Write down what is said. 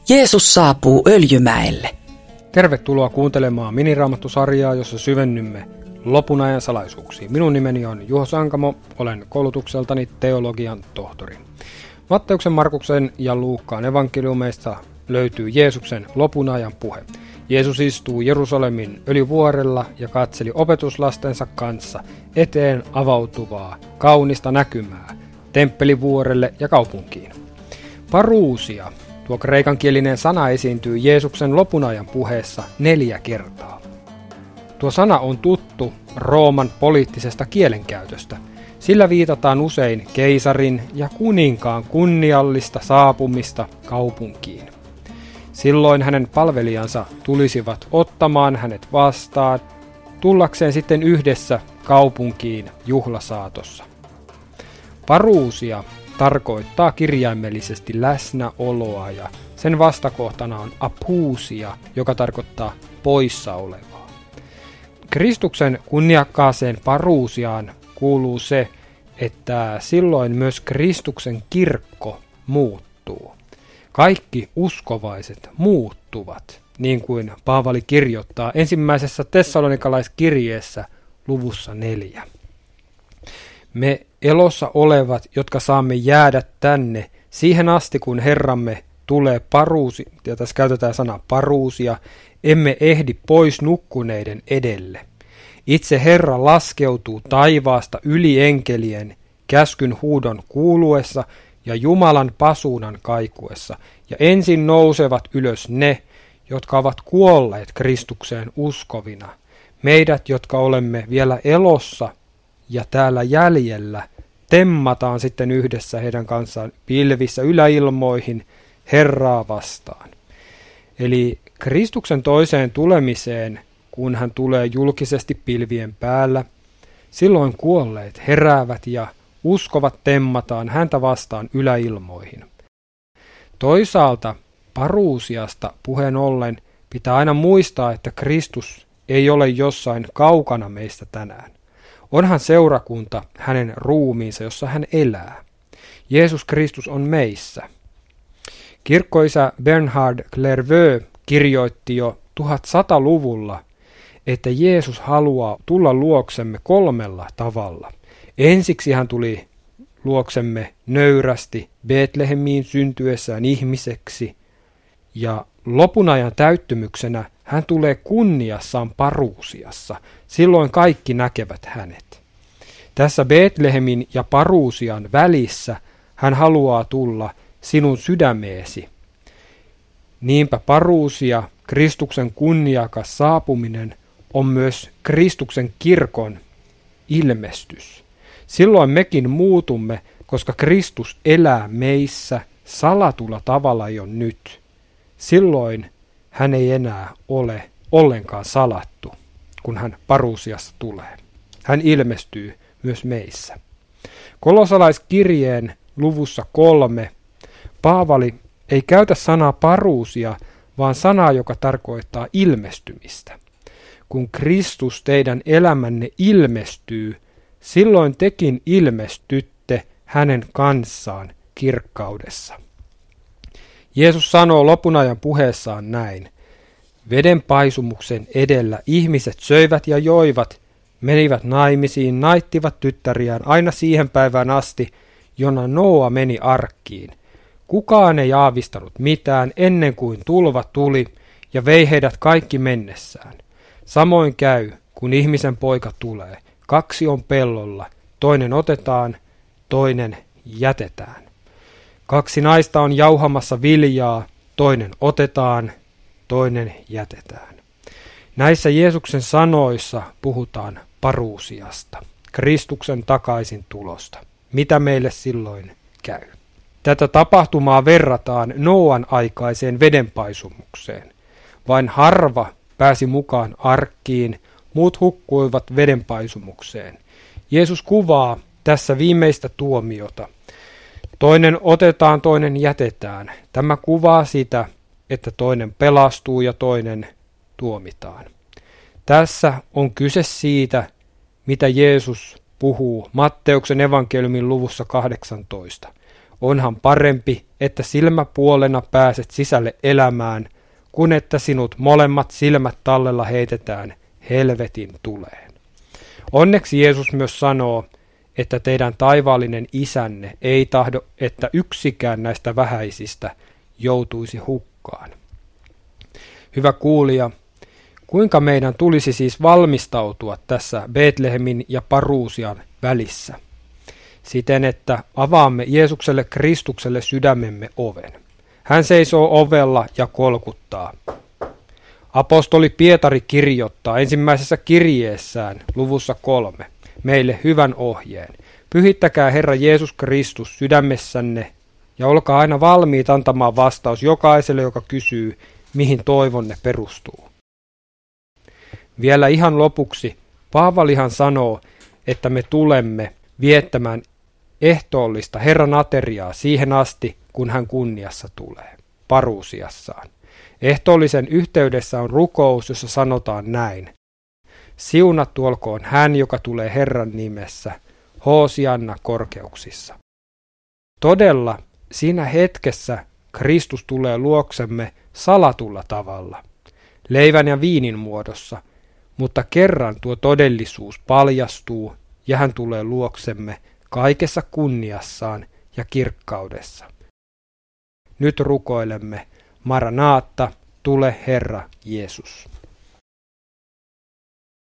Jeesus saapuu Öljymäelle. Tervetuloa kuuntelemaan miniraamattusarjaa, jossa syvennymme lopun ajan salaisuuksiin. Minun nimeni on Juho Sankamo, olen koulutukseltani teologian tohtori. Matteuksen, Markuksen ja Luukkaan evankeliumeista löytyy Jeesuksen lopun ajan puhe. Jeesus istuu Jerusalemin öljyvuorella ja katseli opetuslastensa kanssa eteen avautuvaa, kaunista näkymää, temppelivuorelle ja kaupunkiin. Parousia, tuo kreikankielinen sana, esiintyy Jeesuksen lopun ajan puheessa 4 kertaa. Tuo sana on tuttu Rooman poliittisesta kielenkäytöstä. Sillä viitataan usein keisarin ja kuninkaan kunniallista saapumista kaupunkiin. Silloin hänen palvelijansa tulisivat ottamaan hänet vastaan, tullakseen sitten yhdessä kaupunkiin juhlasaatossa. Parousia tarkoittaa kirjaimellisesti läsnäoloa ja sen vastakohtana on apousia, joka tarkoittaa poissa olevaa. Kristuksen kunniakkaaseen parousiaan kuuluu se, että silloin myös Kristuksen kirkko muuttuu. Kaikki uskovaiset muuttuvat, niin kuin Paavali kirjoittaa ensimmäisessä tessalonikalaiskirjeessä luvussa 4. Me elossa olevat, jotka saamme jäädä tänne siihen asti, kun Herramme tulee parousi, ja tässä käytetään sanaa parousia, emme ehdi pois nukkuneiden edelle. Itse Herra laskeutuu taivaasta yli enkelien käskyn huudon kuuluessa ja Jumalan pasuunan kaikuessa, ja ensin nousevat ylös ne, jotka ovat kuolleet Kristukseen uskovina. Meidät, jotka olemme vielä elossa ja täällä jäljellä, temmataan sitten yhdessä heidän kanssaan pilvissä yläilmoihin Herraa vastaan. Eli Kristuksen toiseen tulemiseen, kun hän tulee julkisesti pilvien päällä, silloin kuolleet heräävät ja uskovat temmataan häntä vastaan yläilmoihin. Toisaalta parousiasta puheen ollen pitää aina muistaa, että Kristus ei ole jossain kaukana meistä tänään. Onhan seurakunta hänen ruumiinsa, jossa hän elää. Jeesus Kristus on meissä. Kirkkoisä Bernhard Clairvaux kirjoitti jo 1100-luvulla, että Jeesus haluaa tulla luoksemme 3 tavalla. Ensiksi hän tuli luoksemme nöyrästi Betlehemiin syntyessään ihmiseksi, ja lopun ajan täyttymyksenä hän tulee kunniassaan parousiassa. Silloin kaikki näkevät hänet. Tässä Betlehemin ja parousian välissä hän haluaa tulla sinun sydämeesi. Niinpä parousia, Kristuksen kunniakas saapuminen, on myös Kristuksen kirkon ilmestys. Silloin mekin muutumme, koska Kristus elää meissä salatulla tavalla jo nyt. Silloin hän ei enää ole ollenkaan salattu, kun hän parousiassa tulee. Hän ilmestyy myös meissä. Kolossalaiskirjeen luvussa 3 Paavali ei käytä sanaa parousia, vaan sanaa, joka tarkoittaa ilmestymistä. Kun Kristus teidän elämänne ilmestyy, silloin tekin ilmestytte hänen kanssaan kirkkaudessa. Jeesus sanoo lopun ajan puheessaan näin: vedenpaisumuksen edellä ihmiset söivät ja joivat, menivät naimisiin, naittivat tyttäriään aina siihen päivään asti, jona Noa meni arkkiin. Kukaan ei aavistanut mitään ennen kuin tulva tuli ja vei heidät kaikki mennessään. Samoin käy, kun ihmisen poika tulee. 2 on pellolla, toinen otetaan, toinen jätetään. 2 naista on jauhamassa viljaa, toinen otetaan, toinen jätetään. Näissä Jeesuksen sanoissa puhutaan parousiasta, Kristuksen takaisin tulosta. Mitä meille silloin käy? Tätä tapahtumaa verrataan Nooan aikaiseen vedenpaisumukseen. Vain harva pääsi mukaan arkkiin, muut hukkuivat vedenpaisumukseen. Jeesus kuvaa tässä viimeistä tuomiota. Toinen otetaan, toinen jätetään. Tämä kuvaa sitä, että toinen pelastuu ja toinen tuomitaan. Tässä on kyse siitä, mitä Jeesus puhuu Matteuksen evankeliumin luvussa 18. Onhan parempi, että silmäpuolena pääset sisälle elämään, kun että sinut molemmat silmät tallella heitetään helvetin tuleen. Onneksi Jeesus myös sanoo, että teidän taivaallinen isänne ei tahdo, että yksikään näistä vähäisistä joutuisi hukkaan. Hyvä kuulija, kuinka meidän tulisi siis valmistautua tässä Betlehemin ja Paruusian välissä? Siten, että avaamme Jeesukselle Kristukselle sydämemme oven. Hän seisoo ovella ja kolkuttaa. Apostoli Pietari kirjoittaa ensimmäisessä kirjeessään luvussa 3 meille hyvän ohjeen. Pyhittäkää Herra Jeesus Kristus sydämessänne ja olkaa aina valmiit antamaan vastaus jokaiselle, joka kysyy, mihin toivonne perustuu. Vielä ihan lopuksi Paavalihan sanoo, että me tulemme viettämään ehtoollista Herran ateriaa siihen asti, kun hän kunniassa tulee, paruusiassaan. Ehtoollisen yhteydessä on rukous, jossa sanotaan näin. Siunattu olkoon hän, joka tulee Herran nimessä, Hoosianna korkeuksissa. Todella, siinä hetkessä Kristus tulee luoksemme salatulla tavalla, leivän ja viinin muodossa, mutta kerran tuo todellisuus paljastuu ja hän tulee luoksemme kaikessa kunniassaan ja kirkkaudessa. Nyt rukoilemme, Maranaatta, tule Herra Jeesus.